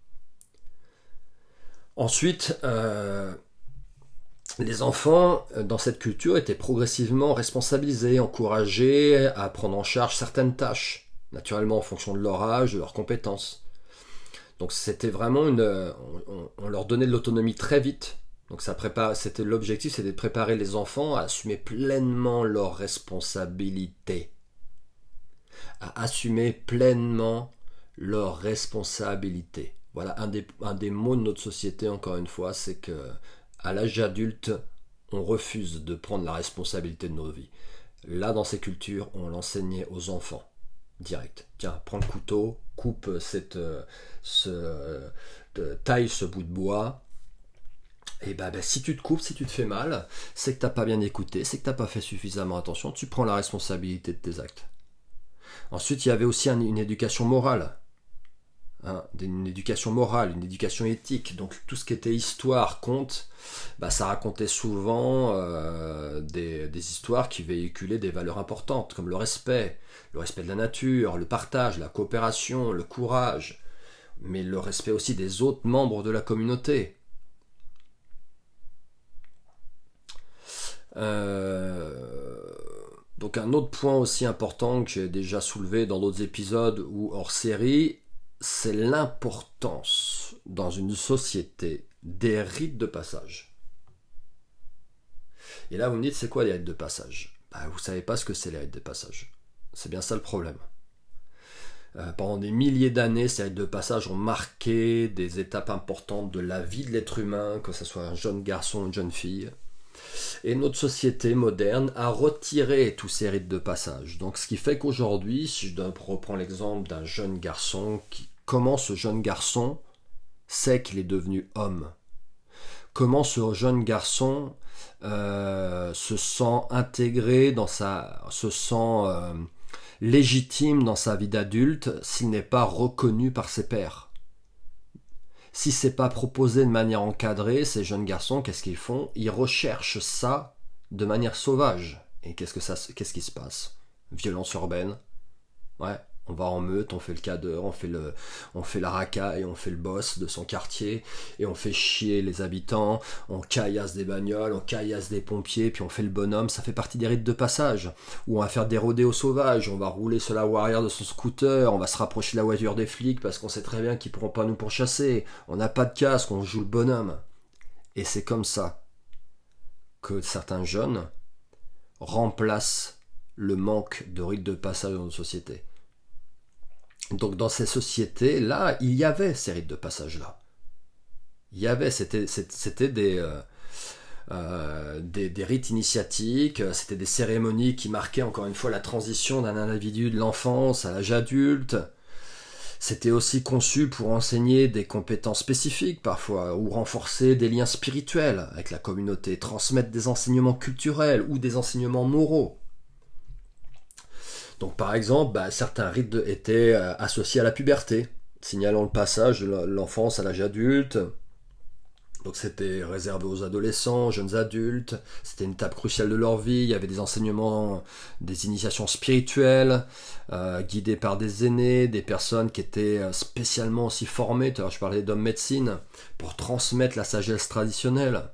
Ensuite, euh, les enfants, dans cette culture, étaient progressivement responsabilisés, encouragés à prendre en charge certaines tâches. Naturellement en fonction de leur âge, de leurs compétences. Donc c'était vraiment une... On, on leur donnait de l'autonomie très vite. Donc ça prépare, c'était l'objectif, c'était de préparer les enfants à assumer pleinement leurs responsabilités. À assumer pleinement leurs responsabilités. Voilà, un des, un des mots de notre société, encore une fois, c'est que à l'âge adulte, on refuse de prendre la responsabilité de nos vies. Là, dans ces cultures, on l'enseignait aux enfants. Direct. Tiens, prends le couteau, coupe cette, euh, ce, euh, taille ce bout de bois. Et ben, ben si tu te coupes, si tu te fais mal, c'est que t'as pas bien écouté, c'est que t'as pas fait suffisamment attention. Tu prends la responsabilité de tes actes. Ensuite, il y avait aussi un, une éducation morale, hein, une éducation morale, une éducation éthique. Donc tout ce qui était histoire, conte, bah, ça racontait souvent euh, des, des histoires qui véhiculaient des valeurs importantes, comme le respect. Le respect de la nature, le partage, la coopération, le courage, mais le respect aussi des autres membres de la communauté. Euh, donc un autre point aussi important que j'ai déjà soulevé dans d'autres épisodes ou hors série, c'est l'importance dans une société des rites de passage. Et là vous me dites, c'est quoi les rites de passage? Bah, vous savez pas ce que c'est les rites de passage. C'est bien ça le problème. Euh, pendant des milliers d'années, ces rites de passage ont marqué des étapes importantes de la vie de l'être humain, que ce soit un jeune garçon ou une jeune fille. Et notre société moderne a retiré tous ces rites de passage. Donc ce qui fait qu'aujourd'hui, si je reprends l'exemple d'un jeune garçon, qui, comment ce jeune garçon sait qu'il est devenu homme? Comment ce jeune garçon euh, se sent intégré dans sa... se sent... Euh, légitime dans sa vie d'adulte s'il n'est pas reconnu par ses pairs. Si c'est pas proposé de manière encadrée, ces jeunes garçons, qu'est-ce qu'ils font? Ils recherchent ça de manière sauvage. Et qu'est-ce que ça, qu'est-ce qui se passe? Violence urbaine. Ouais, On va en meute, on fait le cadre, on fait, le, on fait la racaille, on fait le boss de son quartier, et on fait chier les habitants, on caillasse des bagnoles, on caillasse des pompiers, puis on fait le bonhomme. Ça fait partie des rites de passage, où on va faire des rodéos sauvages, on va rouler sur la roue arrière de son scooter, on va se rapprocher de la voiture des flics, parce qu'on sait très bien qu'ils ne pourront pas nous pourchasser, on n'a pas de casque, on joue le bonhomme. Et c'est comme ça que certains jeunes remplacent le manque de rites de passage dans nos sociétés. Donc dans ces sociétés-là, il y avait ces rites de passage-là. Il y avait, c'était, c'était des, euh, euh, des, des rites initiatiques, c'était des cérémonies qui marquaient encore une fois la transition d'un individu de l'enfance à l'âge adulte. C'était aussi conçu pour enseigner des compétences spécifiques parfois, ou renforcer des liens spirituels avec la communauté, transmettre des enseignements culturels ou des enseignements moraux. Donc par exemple, bah, certains rites de, étaient euh, associés à la puberté, signalant le passage de l'enfance à l'âge adulte. Donc c'était réservé aux adolescents, jeunes adultes, c'était une étape cruciale de leur vie, il y avait des enseignements, des initiations spirituelles, euh, guidées par des aînés, des personnes qui étaient spécialement aussi formées, je parlais d'hommes médecine, pour transmettre la sagesse traditionnelle.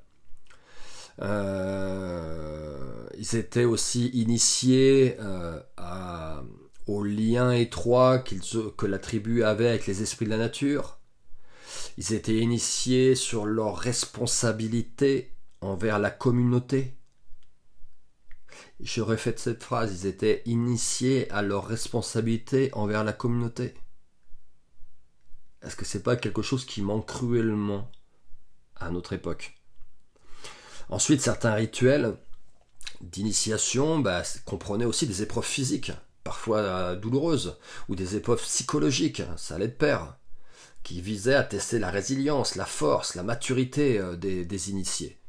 Euh, ils étaient aussi initiés euh, à, aux liens étroits qu'ils, que la tribu avait avec les esprits de la nature. Ils étaient initiés sur leur responsabilité envers la communauté. Je répète cette phrase, ils étaient initiés à leur responsabilité envers la communauté. Est-ce que c'est pas quelque chose qui manque cruellement à notre époque? Ensuite, certains rituels d'initiation bah, comprenaient aussi des épreuves physiques, parfois euh, douloureuses, ou des épreuves psychologiques, ça allait de pair, qui visaient à tester la résilience, la force, la maturité euh, des, des initiés.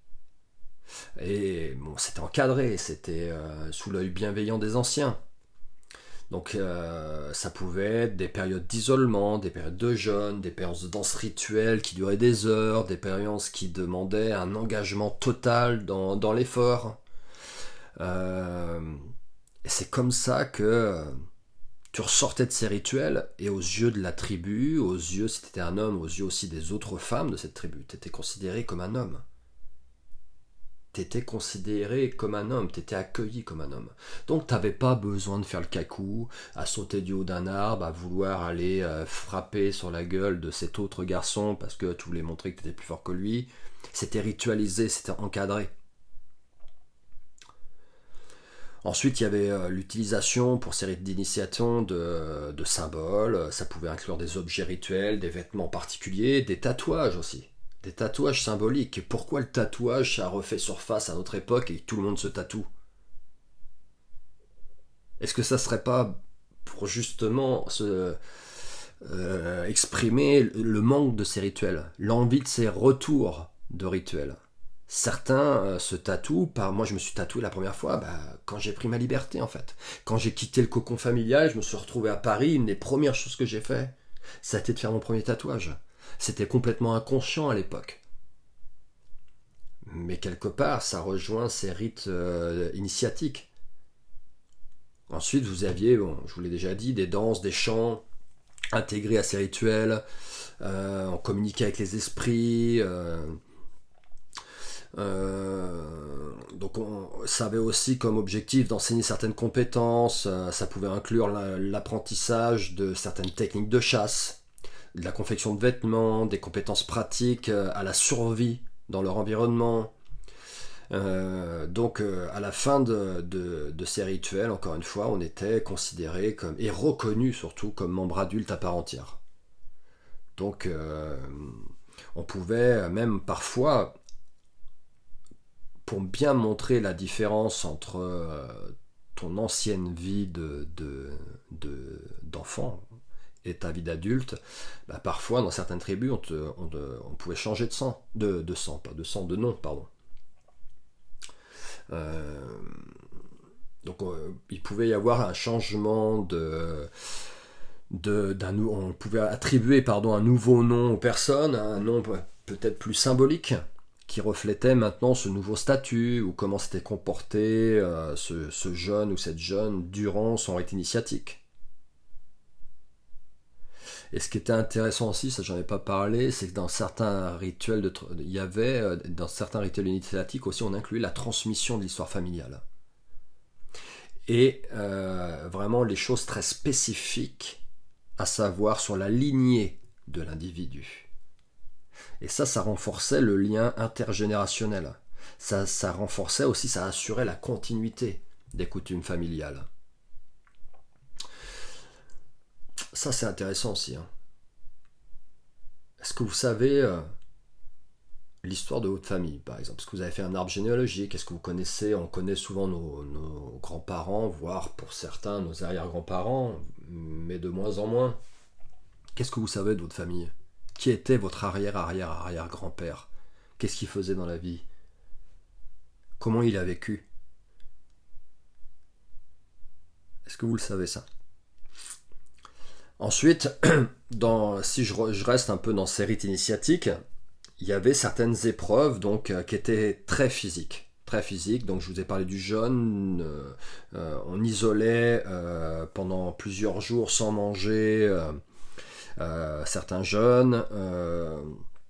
Et bon, c'était encadré, c'était euh, sous l'œil bienveillant des anciens. Donc euh, ça pouvait être des périodes d'isolement, des périodes de jeûne, des périodes de danse rituelle qui duraient des heures, des périodes qui demandaient un engagement total dans, dans l'effort. Euh, et c'est comme ça que tu ressortais de ces rituels, et aux yeux de la tribu, aux yeux, si tu étais un homme, aux yeux aussi des autres femmes de cette tribu, tu étais considéré comme un homme. T'étais considéré comme un homme, t'étais accueilli comme un homme. Donc t'avais pas besoin de faire le cacou, à sauter du haut d'un arbre, à vouloir aller euh, frapper sur la gueule de cet autre garçon parce que tu voulais montrer que t'étais plus fort que lui. C'était ritualisé, c'était encadré. Ensuite, il y avait euh, l'utilisation pour ces rites d'initiation de, de symboles. Ça pouvait inclure des objets rituels, des vêtements particuliers, des tatouages aussi. Des tatouages symboliques. Pourquoi le tatouage, ça a refait surface à notre époque et tout le monde se tatoue? Est-ce que ça serait pas pour justement se, euh, exprimer le manque de ces rituels, l'envie de ces retours de rituels? Certains euh, se tatouent par... Moi, je me suis tatoué la première fois bah, quand j'ai pris ma liberté, en fait. Quand j'ai quitté le cocon familial, je me suis retrouvé à Paris. Une des premières choses que j'ai fait, ça a été de faire mon premier tatouage. C'était complètement inconscient à l'époque. Mais quelque part, ça rejoint ces rites euh, initiatiques. Ensuite, vous aviez, bon, je vous l'ai déjà dit, des danses, des chants intégrés à ces rituels. Euh, on communiquait avec les esprits. Euh, euh, donc, on, ça avait aussi comme objectif d'enseigner certaines compétences. Euh, ça pouvait inclure la, l'apprentissage de certaines techniques de chasse, de la confection de vêtements, des compétences pratiques à la survie dans leur environnement. Euh, donc euh, à la fin de, de, de ces rituels, encore une fois, on était considéré comme, et reconnu surtout comme membre adulte à part entière. Donc euh, on pouvait même parfois, pour bien montrer la différence entre euh, ton ancienne vie de, de, de, d'enfant et ta vie d'adulte, bah parfois dans certaines tribus on, te, on, te, on pouvait changer de sang, de, de sang, pas de sang, de nom, pardon. Euh, donc euh, il pouvait y avoir un changement de, de d'un, on pouvait attribuer pardon un nouveau nom aux personnes, un nom peut-être plus symbolique qui reflétait maintenant ce nouveau statut ou comment s'était comporté euh, ce, ce jeune ou cette jeune durant son rite initiatique. Et ce qui était intéressant aussi, ça j'en ai pas parlé, c'est que dans certains rituels, de, il y avait, dans certains rituels initiatiques aussi, on incluait la transmission de l'histoire familiale. Et euh, vraiment les choses très spécifiques, à savoir sur la lignée de l'individu. Et ça, ça renforçait le lien intergénérationnel. Ça, ça renforçait aussi, ça assurait la continuité des coutumes familiales. Ça, c'est intéressant aussi. Hein. Est-ce que vous savez euh, l'histoire de votre famille, par exemple? Est-ce que vous avez fait un arbre généalogique? Est-ce que vous connaissez, on connaît souvent nos, nos grands-parents, voire pour certains nos arrière-grands-parents, mais de moins en moins. Qu'est-ce que vous savez de votre famille? Qui était votre arrière-arrière-arrière-grand-père? Qu'est-ce qu'il faisait dans la vie? Comment il a vécu? Est-ce que vous le savez ça? Ensuite, dans, si je, je reste un peu dans ces rites initiatiques, il y avait certaines épreuves donc, euh, qui étaient très physiques. Très physiques, donc je vous ai parlé du jeûne, euh, euh, on isolait euh, pendant plusieurs jours sans manger euh, euh, certains jeûnes. Euh,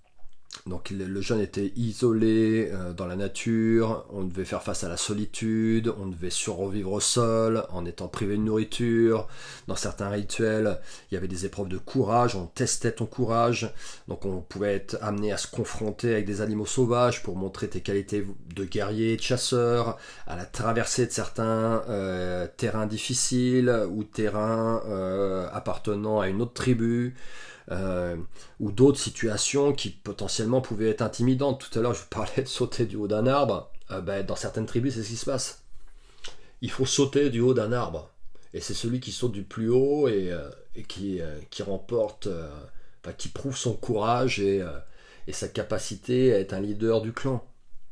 Donc le jeûne était isolé euh, dans la nature, on devait faire face à la solitude, on devait survivre au sol en étant privé de nourriture. Dans certains rituels, il y avait des épreuves de courage, on testait ton courage. Donc on pouvait être amené à se confronter avec des animaux sauvages pour montrer tes qualités de guerrier, de chasseur, à la traversée de certains euh, terrains difficiles ou terrains euh, appartenant à une autre tribu. Euh, ou d'autres situations qui potentiellement pouvaient être intimidantes. Tout à l'heure, je vous parlais de sauter du haut d'un arbre. Euh, ben, dans certaines tribus, c'est ce qui se passe. Il faut sauter du haut d'un arbre. Et c'est celui qui saute du plus haut et, euh, et qui, euh, qui remporte, euh, enfin, qui prouve son courage et, euh, et sa capacité à être un leader du clan.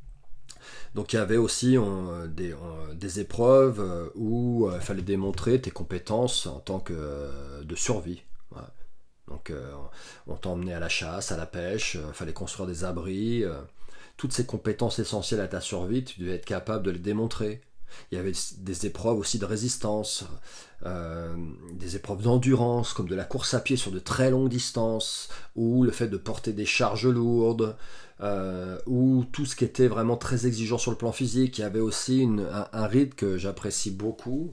Donc il y avait aussi on, des, on, des épreuves euh, où il euh, fallait démontrer tes compétences en tant que euh, de survie. Voilà. Donc euh, on t'emmenait à la chasse, à la pêche, il euh, fallait construire des abris. Euh, toutes ces compétences essentielles à ta survie, tu devais être capable de les démontrer. Il y avait des épreuves aussi de résistance, euh, des épreuves d'endurance, comme de la course à pied sur de très longues distances, ou le fait de porter des charges lourdes, euh, ou tout ce qui était vraiment très exigeant sur le plan physique. Il y avait aussi une, un, un rite que j'apprécie beaucoup,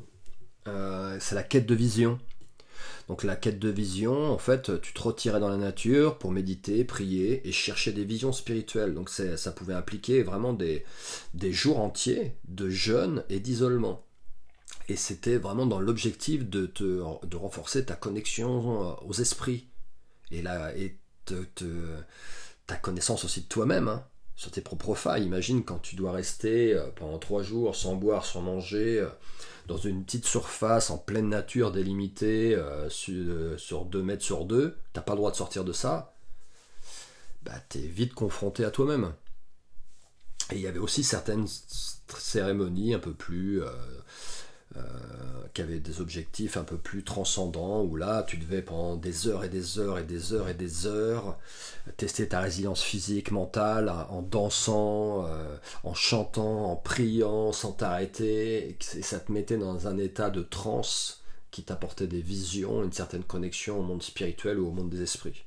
euh, c'est la quête de vision. Donc la quête de vision, en fait, tu te retirais dans la nature pour méditer, prier et chercher des visions spirituelles. Donc c'est, ça pouvait impliquer vraiment des, des jours entiers de jeûne et d'isolement. Et c'était vraiment dans l'objectif de, te, de renforcer ta connexion aux esprits et, la, et te, te, ta connaissance aussi de toi-même, hein, sur tes propres failles. Imagine quand tu dois rester pendant trois jours sans boire, sans manger, dans une petite surface en pleine nature délimitée euh, sur, sur deux mètres sur deux, t'as pas le droit de sortir de ça, bah t'es vite confronté à toi-même. Et il y avait aussi certaines cérémonies un peu plus euh, euh, qui avaient des objectifs un peu plus transcendants, où là tu devais pendant des heures et des heures et des heures et des heures tester ta résilience physique, mentale, en dansant, euh, en chantant, en priant, sans t'arrêter, et ça te mettait dans un état de transe qui t'apportait des visions, une certaine connexion au monde spirituel ou au monde des esprits.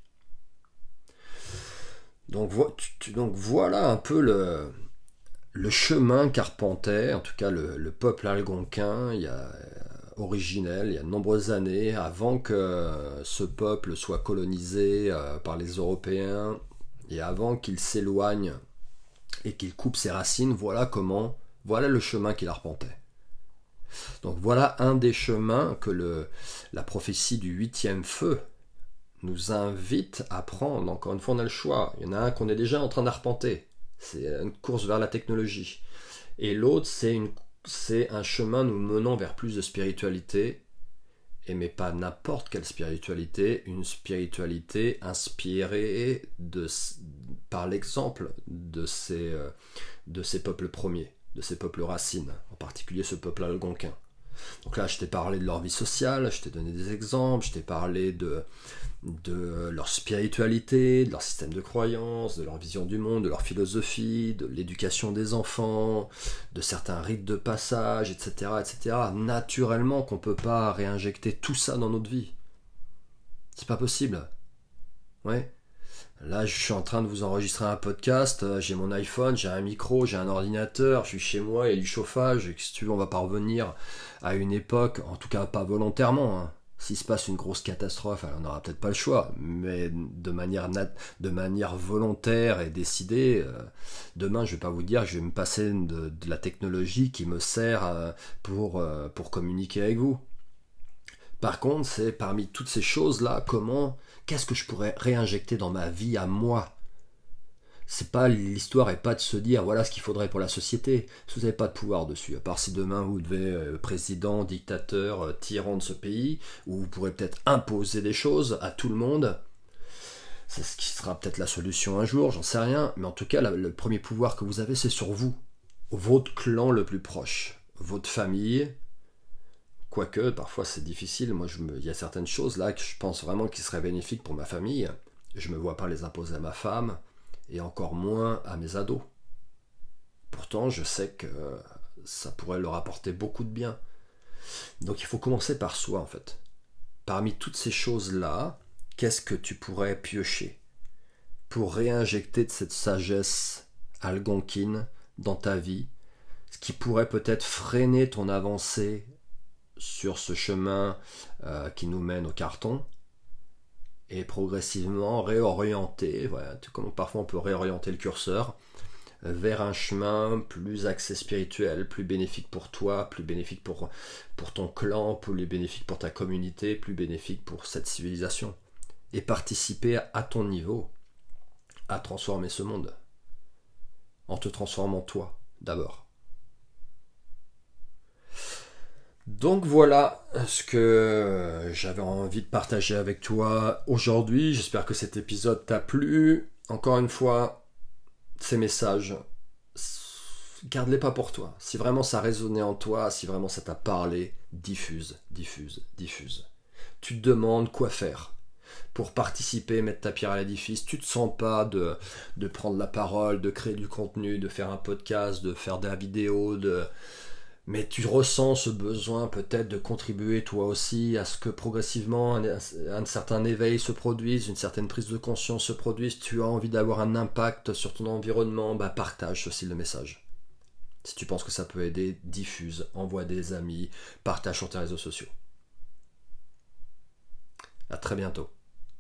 Donc, vo- tu- donc voilà un peu le, le chemin qu'arpentait, en tout cas le, le peuple algonquin, il y a originel, il y a de nombreuses années, avant que ce peuple soit colonisé euh, par les Européens et avant qu'il s'éloigne et qu'il coupe ses racines. Voilà comment, voilà le chemin qu'il arpentait. Donc voilà un des chemins que le, la prophétie du huitième feu nous invite à prendre. Encore une fois, on a le choix. Il y en a un qu'on est déjà en train d'arpenter. C'est une course vers la technologie. Et l'autre, c'est une c'est un chemin nous menant vers plus de spiritualité, et mais pas n'importe quelle spiritualité, une spiritualité inspirée de, par l'exemple de ces, de ces peuples premiers, de ces peuples racines, en particulier ce peuple algonquin. Donc là, je t'ai parlé de leur vie sociale, je t'ai donné des exemples, je t'ai parlé de, de leur spiritualité, de leur système de croyance, de leur vision du monde, de leur philosophie, de l'éducation des enfants, de certains rites de passage, et cetera, et cetera. Naturellement qu'on ne peut pas réinjecter tout ça dans notre vie. C'est pas possible. Ouais. Là, je suis en train de vous enregistrer un podcast, j'ai mon iPhone, j'ai un micro, j'ai un ordinateur, je suis chez moi, il y a du chauffage, et si tu veux, on va pas revenir à une époque, en tout cas pas volontairement, hein. S'il se passe une grosse catastrophe, alors on n'aura peut-être pas le choix, mais de manière, nat- de manière volontaire et décidée, euh, demain je vais pas vous dire que je vais me passer de, de la technologie qui me sert euh, pour, euh, pour communiquer avec vous. Par contre, c'est parmi toutes ces choses-là, comment, qu'est-ce que je pourrais réinjecter dans ma vie à moi? C'est pas, l'histoire est pas de se dire voilà ce qu'il faudrait pour la société. Vous n'avez pas de pouvoir dessus, à part si demain vous devez euh, président, dictateur, euh, tyran de ce pays, où vous pourrez peut-être imposer des choses à tout le monde. C'est ce qui sera peut-être la solution un jour, j'en sais rien. Mais en tout cas, la, le premier pouvoir que vous avez, c'est sur vous, votre clan le plus proche, votre famille. Quoique, parfois c'est difficile. Moi, je me, il y a certaines choses là que je pense vraiment qui seraient bénéfiques pour ma famille. Je me vois pas les imposer à ma femme. Et encore moins à mes ados. Pourtant, je sais que ça pourrait leur apporter beaucoup de bien. Donc il faut commencer par soi, en fait. Parmi toutes ces choses-là, qu'est-ce que tu pourrais piocher pour réinjecter de cette sagesse algonquine dans ta vie, ce qui pourrait peut-être freiner ton avancée sur ce chemin euh, qui nous mène au carton, et progressivement réorienter, voilà, tout comme parfois on peut réorienter le curseur vers un chemin plus axé spirituel, plus bénéfique pour toi, plus bénéfique pour, pour ton clan, plus bénéfique pour ta communauté, plus bénéfique pour cette civilisation. Et participer à ton niveau à transformer ce monde. En te transformant toi, d'abord. Donc voilà ce que j'avais envie de partager avec toi aujourd'hui. J'espère que cet épisode t'a plu. Encore une fois, ces messages, garde-les pas pour toi. Si vraiment ça résonnait en toi, si vraiment ça t'a parlé, diffuse, diffuse, diffuse. Tu te demandes quoi faire pour participer, mettre ta pierre à l'édifice. Tu te sens pas de, de prendre la parole, de créer du contenu, de faire un podcast, de faire de la vidéo, de... mais tu ressens ce besoin peut-être de contribuer toi aussi à ce que progressivement un, un certain éveil se produise, une certaine prise de conscience se produise, tu as envie d'avoir un impact sur ton environnement, bah partage ceci le message. Si tu penses que ça peut aider, diffuse, envoie des amis, partage sur tes réseaux sociaux. À très bientôt.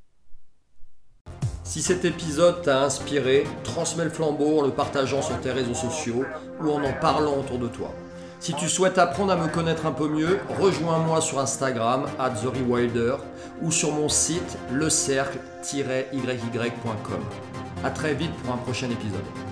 Si cet épisode t'a inspiré, transmets le flambeau en le partageant sur tes réseaux sociaux ou en en parlant autour de toi. Si tu souhaites apprendre à me connaître un peu mieux, rejoins-moi sur Instagram at the rewilder ou sur mon site le cercle tiret y y point com. A très vite pour un prochain épisode.